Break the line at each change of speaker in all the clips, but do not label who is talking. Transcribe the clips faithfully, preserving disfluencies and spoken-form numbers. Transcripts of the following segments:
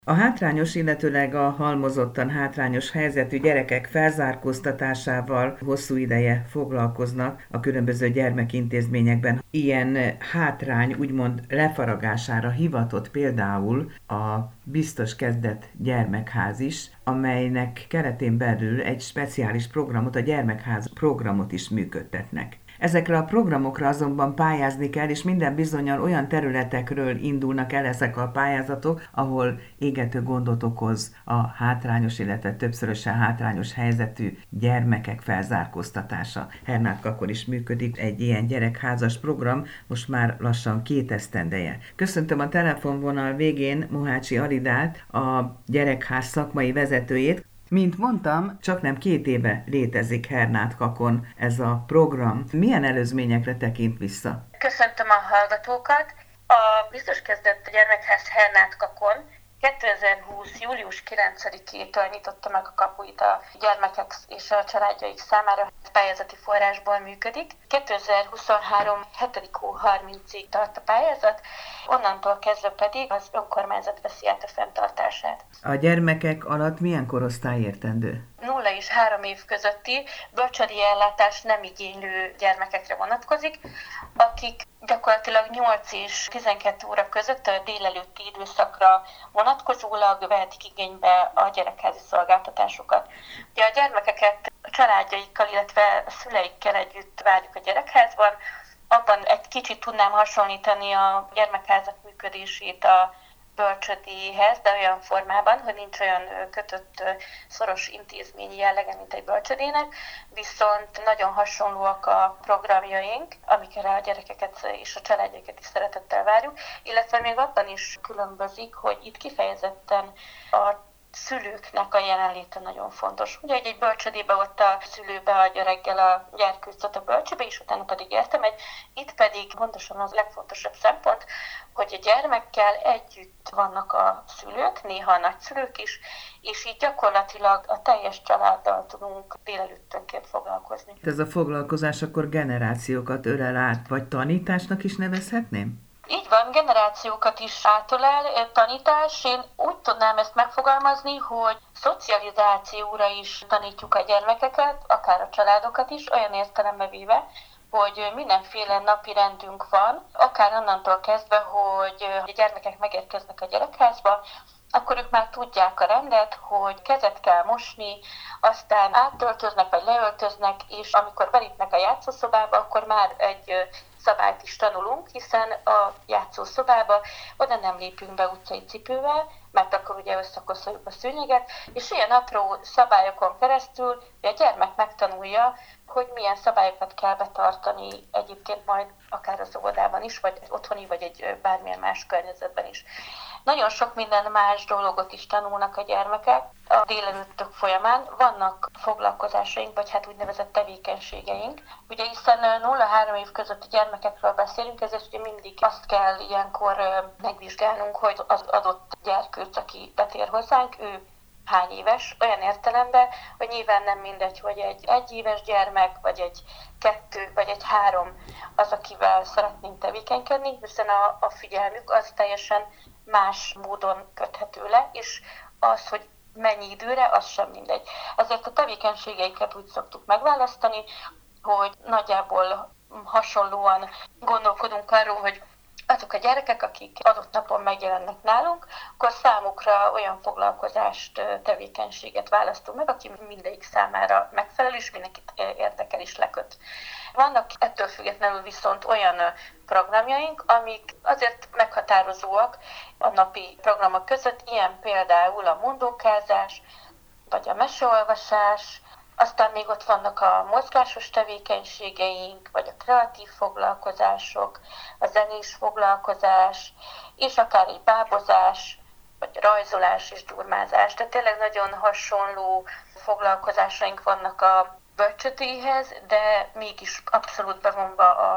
A hátrányos, illetőleg a halmozottan hátrányos helyzetű gyerekek felzárkóztatásával hosszú ideje foglalkoznak a különböző gyermekintézményekben. Ilyen hátrány úgymond lefaragására hivatott például a Biztos Kezdet Gyermekház is, amelynek keretén belül egy speciális programot, a Gyermekház programot is működtetnek. Ezekre a programokra azonban pályázni kell, és minden bizonnyal olyan területekről indulnak el ezek a pályázatok, ahol égető gondot okoz a hátrányos, illetve többszörösen hátrányos helyzetű gyermekek felzárkóztatása. Hernátkakon is működik egy ilyen gyerekházas program, most már lassan két esztendeje. Köszöntöm a telefonvonal végén Mohácsi Alidát, a gyerekház szakmai vezetőjét. Mint mondtam, csak nem két éve létezik Hernátkakon ez a program. Milyen előzményekre tekint vissza?
Köszöntöm a hallgatókat! A Biztos Kezdett Gyermekház Hernátkakon kétezer-húsz. július kilencedikétől nyitotta meg a kapuit a gyermekek és a családjaik számára, pályázati forrásból működik. kétezer-huszonhárom. hetedik hó harmincadikáig tart a pályázat, onnantól kezdve pedig az önkormányzat veszi át a fenntartását.
A gyermekek alatt milyen korosztály értendő?
nulla és három év közötti bölcsödi ellátás nem igénylő gyermekekre vonatkozik, akik gyakorlatilag nyolc és tizenkét óra között a délelőtti időszakra vonatkozólag vehetik igénybe a gyerekházi szolgáltatásokat. Ugye a gyermekeket a családjaikkal, illetve a szüleikkel együtt várjuk a gyerekházban. Abban egy kicsit tudnám hasonlítani a gyermekházak működését a bölcsödéhez, de olyan formában, hogy nincs olyan kötött szoros intézményi jellege, mint egy bölcsödének, viszont nagyon hasonlóak a programjaink, amikre a gyerekeket és a családjukat is szeretettel várjuk, illetve még abban is különbözik, hogy itt kifejezetten a szülőknek a jelenléte nagyon fontos. Ugye egy bölcsödébe ott a szülő beadja reggel a gyerkőcöt a bölcsőbe, és utána pedig értemegy. Itt pedig pontosan az legfontosabb szempont, hogy a gyermekkel együtt vannak a szülők, néha a nagyszülők is, és így gyakorlatilag a teljes családdal tudunk délelőttönként foglalkozni.
Ez a foglalkozás akkor generációkat ölel át, vagy tanításnak is nevezhetném?
Így van, generációkat is átölel, tanítás. Én úgy tudnám ezt megfogalmazni, hogy szocializációra is tanítjuk a gyermekeket, akár a családokat is, olyan értelembe véve, hogy mindenféle napi rendünk van, akár onnantól kezdve, hogy a gyermekek megérkeznek a gyerekházba, akkor ők már tudják a rendet, hogy kezet kell mosni, aztán átöltöznek vagy leöltöznek, és amikor belépnek a játszószobába, akkor már egy szabályt is tanulunk, hiszen a játszószobába oda nem lépünk be utcai cipővel, mert akkor ugye összekoszoljuk a szőnyeget, és ilyen apró szabályokon keresztül a gyermek megtanulja, hogy milyen szabályokat kell betartani egyébként majd akár az óvodában is, vagy otthoni, vagy egy bármilyen más környezetben is. Nagyon sok minden más dolgot is tanulnak a gyermekek a délelőttök folyamán. Vannak foglalkozásaink, vagy hát úgynevezett tevékenységeink. Ugye hiszen nulla-három év közötti gyermekekről beszélünk, ezért ugye mindig azt kell ilyenkor megvizsgálnunk, hogy az adott gyerkőc, aki betér hozzánk, ő hány éves, olyan értelemben, hogy nyilván nem mindegy, hogy egy egyéves gyermek, vagy egy kettő, vagy egy három az, akivel szeretnénk tevékenykedni, hiszen a, a figyelmük az teljesen más módon köthető le, és az, hogy mennyi időre, az sem mindegy. Ezért a tevékenységeiket úgy szoktuk megválasztani, hogy nagyjából hasonlóan gondolkodunk arról, hogy azok a gyerekek, akik adott napon megjelennek nálunk, akkor számukra olyan foglalkozást, tevékenységet választunk meg, aki mindegyik számára megfelel, és mindenkit érdekel és leköt. Vannak ettől függetlenül viszont olyan programjaink, amik azért meghatározóak a napi programok között, ilyen például a mondókázás, vagy a meseolvasás, aztán még ott vannak a mozgásos tevékenységeink, vagy a kreatív foglalkozások, a zenés foglalkozás, és akár egy bábozás, vagy rajzolás és durmázás. Tehát tényleg nagyon hasonló foglalkozásaink vannak a bölcsödéhez, de mégis abszolút bevonva a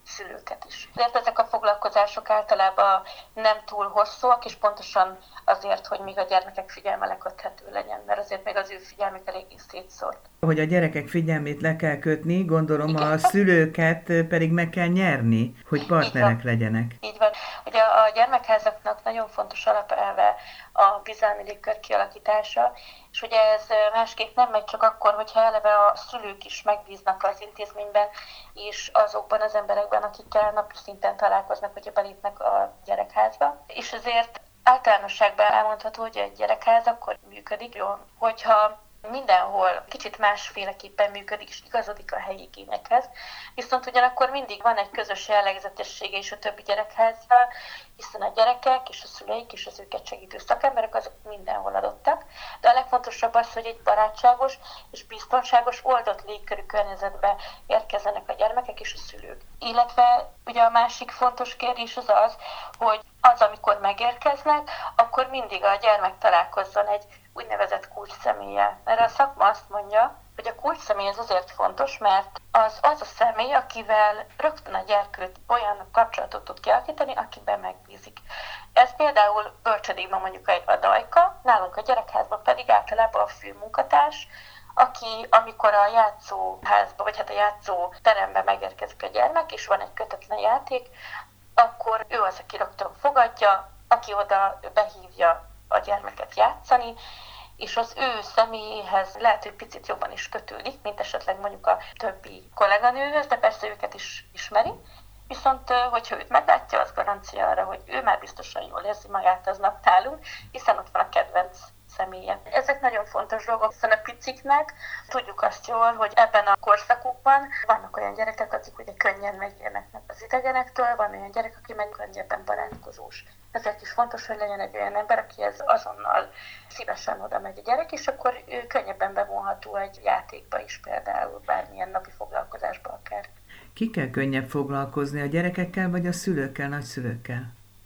szülőket is. Ezért ezek a foglalkozások általában nem túl hosszúak, és pontosan azért, hogy még a gyermekek figyelme leköthető legyen, mert azért még az ő figyelmük eléggé szétszórt.
Hogy a gyerekek figyelmét le kell kötni, gondolom
Igen.
A szülőket pedig meg kell nyerni, hogy partnerek
Így
legyenek.
Így van. Ugye a gyermekházaknak nagyon fontos alapelve a bizalmi légkör kialakítása, és ugye ez másképp nem megy csak akkor, hogyha eleve a szülők is megbíznak az intézményben, és azokban az emberekben, akikkel napi szinten találkoznak, hogyha belépnek a gyerekházba. És ezért általánosságban elmondható, hogy egy gyerekház akkor működik jól, hogyha mindenhol kicsit másféleképpen működik, és igazodik a helyi igényekhez. Viszont ugyanakkor mindig van egy közös jellegzetessége is a többi gyerekházval, hiszen a gyerekek és a szüleik és az őket segítő szakemberek azok mindenhol adottak. De a legfontosabb az, hogy egy barátságos és biztonságos, oldott légkörű környezetbe érkezzenek a gyermekek és a szülők. Illetve ugye a másik fontos kérdés az az, hogy az, amikor megérkeznek, akkor mindig a gyermek találkozzon egy úgynevezett kulcsszeméllyel. Erre a szakma azt mondja, hogy a kulcsszemély az azért fontos, mert az az a személy, akivel rögtön a gyerkőt olyan kapcsolatot tud kialakítani, akiben megbízik. Ez például bölcsödékben mondjuk egy a dajka, nálunk a gyerekházban pedig általában a főmunkatárs, aki amikor a játszóházba, vagy hát a játszó terembe megérkezik a gyermek, és van egy kötetlen játék, akkor ő az, aki rögtön fogadja, aki oda behívja a gyermeket játszani, és az ő személyéhez lehet, hogy picit jobban is kötődik, mint esetleg mondjuk a többi kolléganőhöz, de persze őket is ismeri. Viszont, hogyha őt meglátja, az garancia arra, hogy ő már biztosan jól érzi magát aznap nálunk, hiszen ott van a kedvenc személye. Ezek nagyon fontos dolgok, hiszen a piciknek tudjuk azt jól, hogy ebben a korszakukban vannak olyan gyerekek, akik ugye könnyen megijednek az idegenektől, van olyan gyerek, aki meg könnyebben barátkozós. Ezért is fontos, hogy legyen egy olyan ember, akihez azonnal szívesen oda megy a gyerek, és akkor ő könnyebben bevonható egy játékba is, például bármilyen napi foglalkozásba akár.
Kikkel könnyebb foglalkozni, a gyerekekkel vagy a szülőkkel, nagyszülőkkel?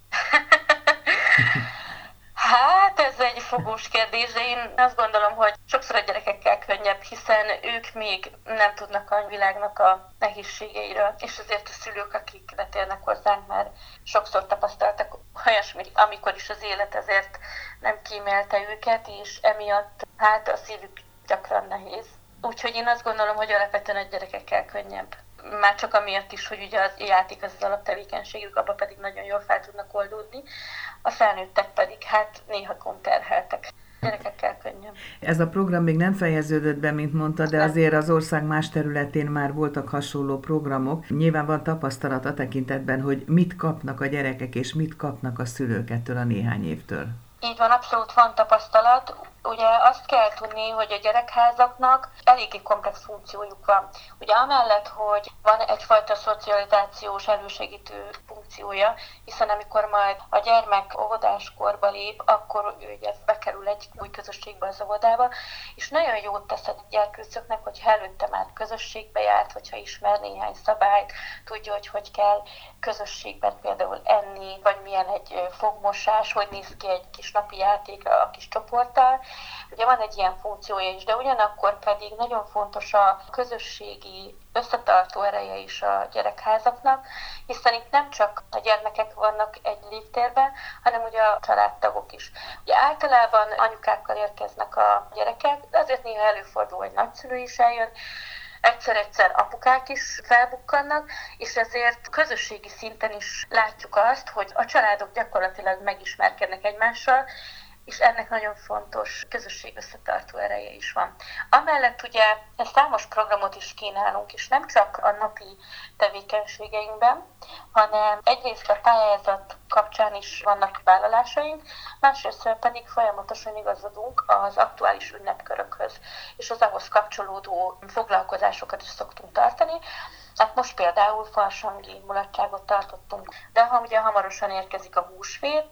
Hát ez egy fogós kérdés, de én azt gondolom, hogy sokszor a gyerekekkel könnyebb, hiszen ők még nem tudnak a világnak a nehézségeiről, és azért a szülők, akik betérnek hozzánk, már sokszor tapasztaltak olyasmit, amikor is az élet ezért nem kímélte őket, és emiatt hát a szívük gyakran nehéz. Úgyhogy én azt gondolom, hogy alapvetően a gyerekekkel könnyebb. Már csak amiatt is, hogy ugye az játék az az alaptevékenységük, abba pedig nagyon jól fel tudnak oldódni, a felnőttek pedig hát néha konterheltek. Gyerekekkel könnyebb.
Ez a program még nem fejeződött be, mint mondta, de azért az ország más területén már voltak hasonló programok. Nyilván van tapasztalat a tekintetben, hogy mit kapnak a gyerekek és mit kapnak a szülők ettől a néhány évtől.
Így van, abszolút van tapasztalat. Ugye azt kell tudni, hogy a gyerekházaknak eléggé komplex funkciójuk van. Ugye amellett, hogy van egyfajta szocializációs elősegítő funkciója, hiszen amikor majd a gyermek óvodáskorba lép, akkor ő ugye bekerül egy új közösségbe az óvodába, és nagyon jót tesz a gyerkőcöknek, hogyha előtte már közösségbe járt, hogyha ismer néhány szabályt, tudja, hogy hogy kell közösségben például enni, vagy milyen egy fogmosás, hogy néz ki egy kis napi játékra a kis csoporttal. Ugye van egy ilyen funkciója is, de ugyanakkor pedig nagyon fontos a közösségi összetartó ereje is a gyerekházaknak, hiszen itt nem csak a gyermekek vannak egy légtérben, hanem ugye a családtagok is. Ugye általában anyukákkal érkeznek a gyerekek, de azért néha előfordul, hogy nagyszülő is eljön, egyszer-egyszer apukák is felbukkannak, és ezért közösségi szinten is látjuk azt, hogy a családok gyakorlatilag megismerkednek egymással, és ennek nagyon fontos közösség összetartó ereje is van. Amellett ugye számos programot is kínálunk, és nem csak a napi tevékenységeinkben, hanem egyrészt a pályázat kapcsán is vannak vállalásaink, másrészt pedig folyamatosan igazodunk az aktuális ünnepkörökhöz, és az ahhoz kapcsolódó foglalkozásokat is szoktunk tartani. Hát most például farsangi mulatságot tartottunk, de ha ugye hamarosan érkezik a húsvét,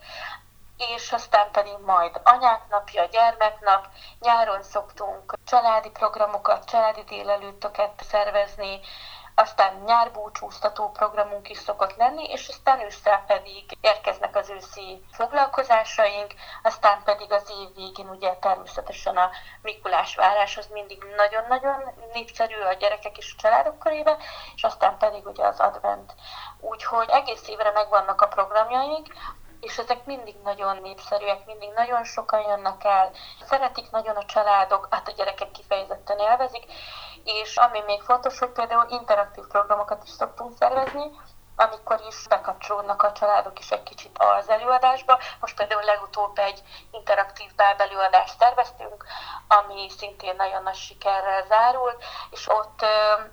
és aztán pedig majd anyák napja, gyermeknap, nyáron szoktunk családi programokat, családi délelőttöket szervezni, aztán nyárbúcsúztató programunk is szokott lenni, és aztán ősszel pedig érkeznek az őszi foglalkozásaink, aztán pedig az év végén ugye természetesen a Mikulásvárás az mindig nagyon-nagyon népszerű a gyerekek és a családok körében, és aztán pedig ugye az advent. Úgyhogy egész évre megvannak a programjaink, és ezek mindig nagyon népszerűek, mindig nagyon sokan jönnek el, szeretik nagyon a családok, hát a gyerekek kifejezetten élvezik, és ami még fontos, hogy például interaktív programokat is szoktunk szervezni, amikor is bekapcsolódnak a családok is egy kicsit az előadásba. Most például legutóbb egy interaktív bábelőadást szerveztünk, ami szintén nagyon nagy sikerrel zárult, és ott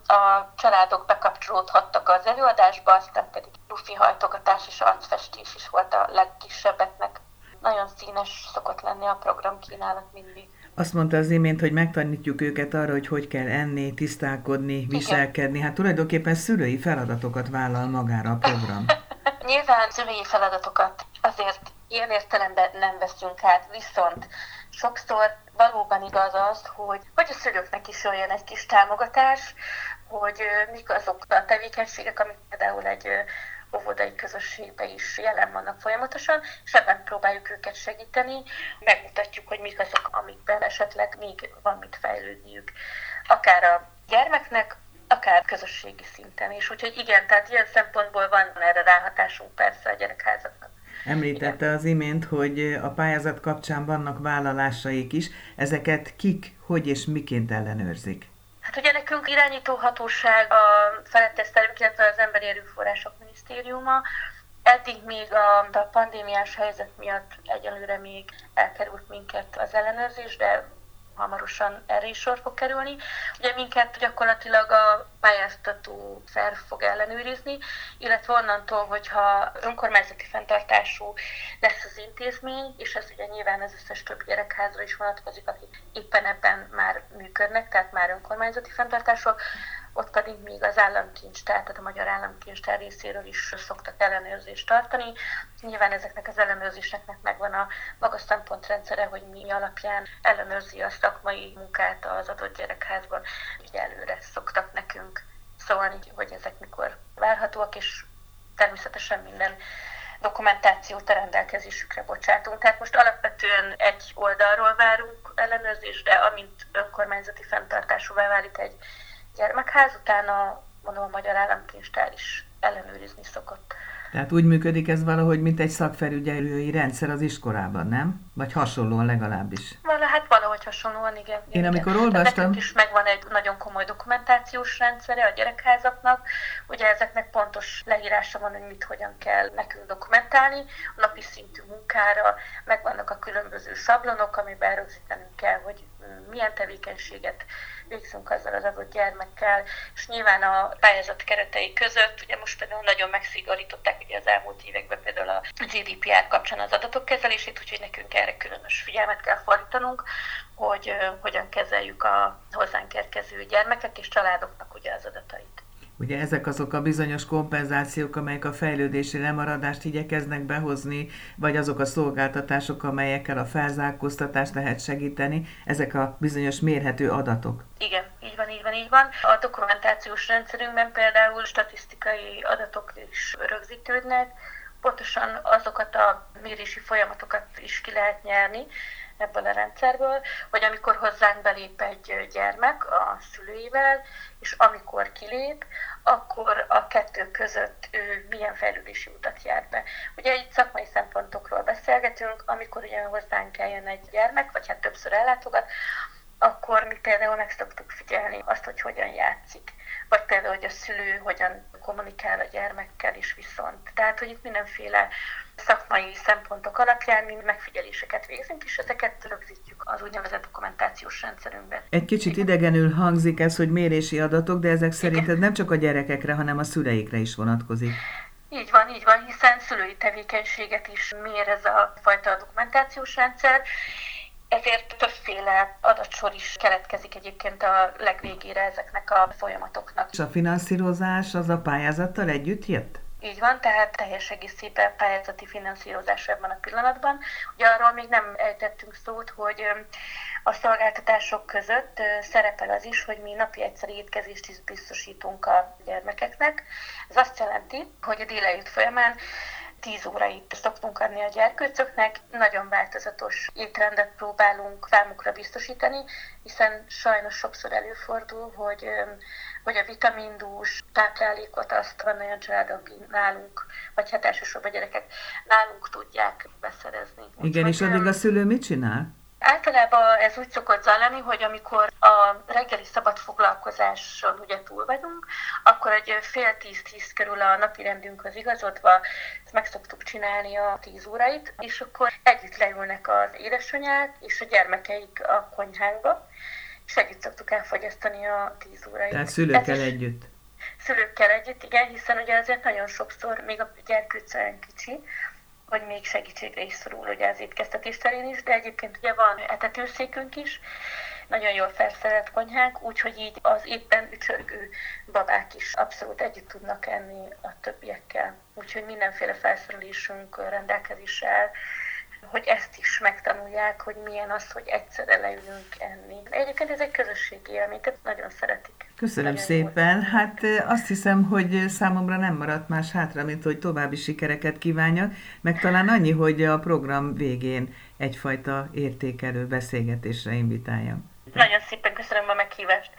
a családok bekapcsolódhattak az előadásba, aztán pedig lufi hajtogatás és arcfestés is volt a legkisebbeknek. Nagyon színes szokott lenni a programkínálat mindig.
Azt mondta az imént, hogy megtanítjuk őket arra, hogy hogy kell enni, tisztálkodni, viselkedni. Hát tulajdonképpen szülői feladatokat vállal magára a program.
Nyilván szülői feladatokat azért ilyen értelemben nem veszünk át, viszont sokszor valóban igaz az, hogy, hogy a szülőknek is olyan egy kis támogatás, hogy mik azok a tevékenységek, amik például egy óvodai közösségben is jelen vannak folyamatosan, és ebben próbáljuk őket segíteni, megmutatjuk, hogy mik azok, amikben esetleg még van mit fejlődniük. Akár a gyermeknek, akár közösségi szinten is. Úgyhogy igen, tehát ilyen szempontból van erre ráhatásunk persze a gyerekházaknak.
Említette igen. Az imént, hogy a pályázat kapcsán vannak vállalásaik is. Ezeket kik, hogy és miként ellenőrzik?
Hát ugye nekünk irányítóhatóság a felettes terünk, illetve az Emberi Erőforrások Minisztériuma. Eddig még a, a pandémiás helyzet miatt egyelőre még elkerült minket az ellenőrzés, de hamarosan erre is sor fog kerülni. Ugye minket gyakorlatilag a pályáztató szerv fog ellenőrizni, illetve onnantól, hogyha önkormányzati fenntartású lesz az intézmény, és ez ugye nyilván az összes több gyerekházra is vonatkozik, akik éppen ebben már működnek, tehát már önkormányzati fenntartások, ott pedig még az államkincstár, tehát a Magyar Államkincstár részéről is szoktak ellenőrzést tartani. Nyilván ezeknek az ellenőrzéseknek megvan a magas szempontrendszere, hogy mi alapján ellenőrzi a szakmai munkát az adott gyerekházban. Ugye előre szoktak nekünk szólni, hogy ezek mikor várhatóak, és természetesen minden dokumentációt a rendelkezésükre bocsátunk. Tehát most alapvetően egy oldalról várunk ellenőrzést, de amint önkormányzati fenntartásúvá válik egy gyermekház, utána mondom, a Magyar Államkincstár is ellenőrizni szokott.
Tehát úgy működik ez valahogy, mint egy szakfelügyelői rendszer az iskolában, nem? Vagy hasonlóan legalábbis?
Vala, hát valahogy hasonlóan, igen.
Én
igen.
amikor olvastam...
Nekünk is megvan egy nagyon komoly dokumentációs rendszere a gyerekházaknak. Ugye ezeknek pontos leírása van, hogy mit hogyan kell nekünk dokumentálni. A napi szintű munkára megvannak a különböző sablonok, amiben rögzítenünk kell, hogy milyen tevékenységet végzünk azzal az adott gyermekkel, és nyilván a pályázat keretei között, ugye most például nagyon megszigorították ugye az elmúlt években például a gé dé pé er kapcsán az adatok kezelését, úgyhogy nekünk erre különös figyelmet kell fordítanunk, hogy uh, hogyan kezeljük a hozzánk érkező gyermekek és családoknak ugye az adatait.
Ugye ezek azok a bizonyos kompenzációk, amelyek a fejlődési lemaradást igyekeznek behozni, vagy azok a szolgáltatások, amelyekkel a felzárkóztatást lehet segíteni, ezek a bizonyos mérhető adatok.
Igen, így van, így van, így van. A dokumentációs rendszerünkben például statisztikai adatok is rögzítődnek, pontosan azokat a mérési folyamatokat is ki lehet nyerni ebből a rendszerből, hogy amikor hozzánk belép egy gyermek a szülőivel, és amikor kilép, akkor a kettő között ő milyen fejlődési utat jár be. Ugye itt szakmai szempontokról beszélgetünk, amikor ugye hozzánk eljön egy gyermek, vagy hát többször ellátogat, akkor mi például meg szoktuk figyelni azt, hogy hogyan játszik. Vagy például, hogy a szülő hogyan kommunikál a gyermekkel is viszont. Tehát, hogy itt mindenféle szakmai szempontok alapján mi megfigyeléseket végzünk, és ezeket rögzítjük az úgynevezett dokumentációs rendszerünkben.
Egy kicsit idegenül hangzik ez, hogy mérési adatok, de ezek szerinted nem csak a gyerekekre, hanem a szüleikre is vonatkozik.
Így van, így van, hiszen szülői tevékenységet is mér ez a fajta dokumentációs rendszer, ezért többféle adatsor is keletkezik egyébként a legvégére ezeknek a folyamatoknak.
És a finanszírozás az a pályázattal együtt jött?
Így van, tehát teljes egészében pályázati finanszírozás ebben a pillanatban. Ugye arról még nem ejtettünk szót, hogy a szolgáltatások között szerepel az is, hogy mi napi egyszeri étkezést is biztosítunk a gyermekeknek. Ez azt jelenti, hogy a délelőtt folyamán tíz órait szoktunk adni a gyerkőcöknek, nagyon változatos étrendet próbálunk számukra biztosítani, hiszen sajnos sokszor előfordul, hogy, hogy a vitamindús táplálékot azt van olyan család, aki nálunk, vagy hát elsősorban a gyerekek nálunk tudják beszerezni.
Igen, úgyhogy, és addig a szülő mit csinál?
Általában ez úgy szokott zajlani, hogy amikor a reggeli szabad foglalkozáson ugye túl vagyunk, akkor egy fél tíz-tíz körül a napi rendünkhöz igazodva ezt meg szoktuk csinálni a tíz órait, és akkor együtt leülnek az édesanyák és a gyermekeik a konyhánkba, és együtt szoktuk elfogyasztani a tíz órait.
Tehát szülőkkel együtt?
Szülőkkel együtt, igen, hiszen ugye azért nagyon sokszor még a gyerkőc olyan kicsi, hogy még segítségre is szorul ugye az étkeztetés terén is, de egyébként ugye van etetőszékünk is, nagyon jól felszerelt konyhánk, úgyhogy így az éppen ücsörgő babák is abszolút együtt tudnak enni a többiekkel. Úgyhogy mindenféle felszerelésünk rendelkezésre áll, hogy ezt is megtanulják, hogy milyen az, hogy egyszerre leülünk enni. Egyébként ez egy közösségi élmény, tehát nagyon szeretik.
Köszönöm
nagyon
szépen.
Jól.
Hát azt hiszem, hogy számomra nem maradt más hátra, mint hogy további sikereket kívánjak, meg talán annyi, hogy a program végén egyfajta értékelő beszélgetésre invitáljam.
Nagyon szépen köszönöm a meghívást.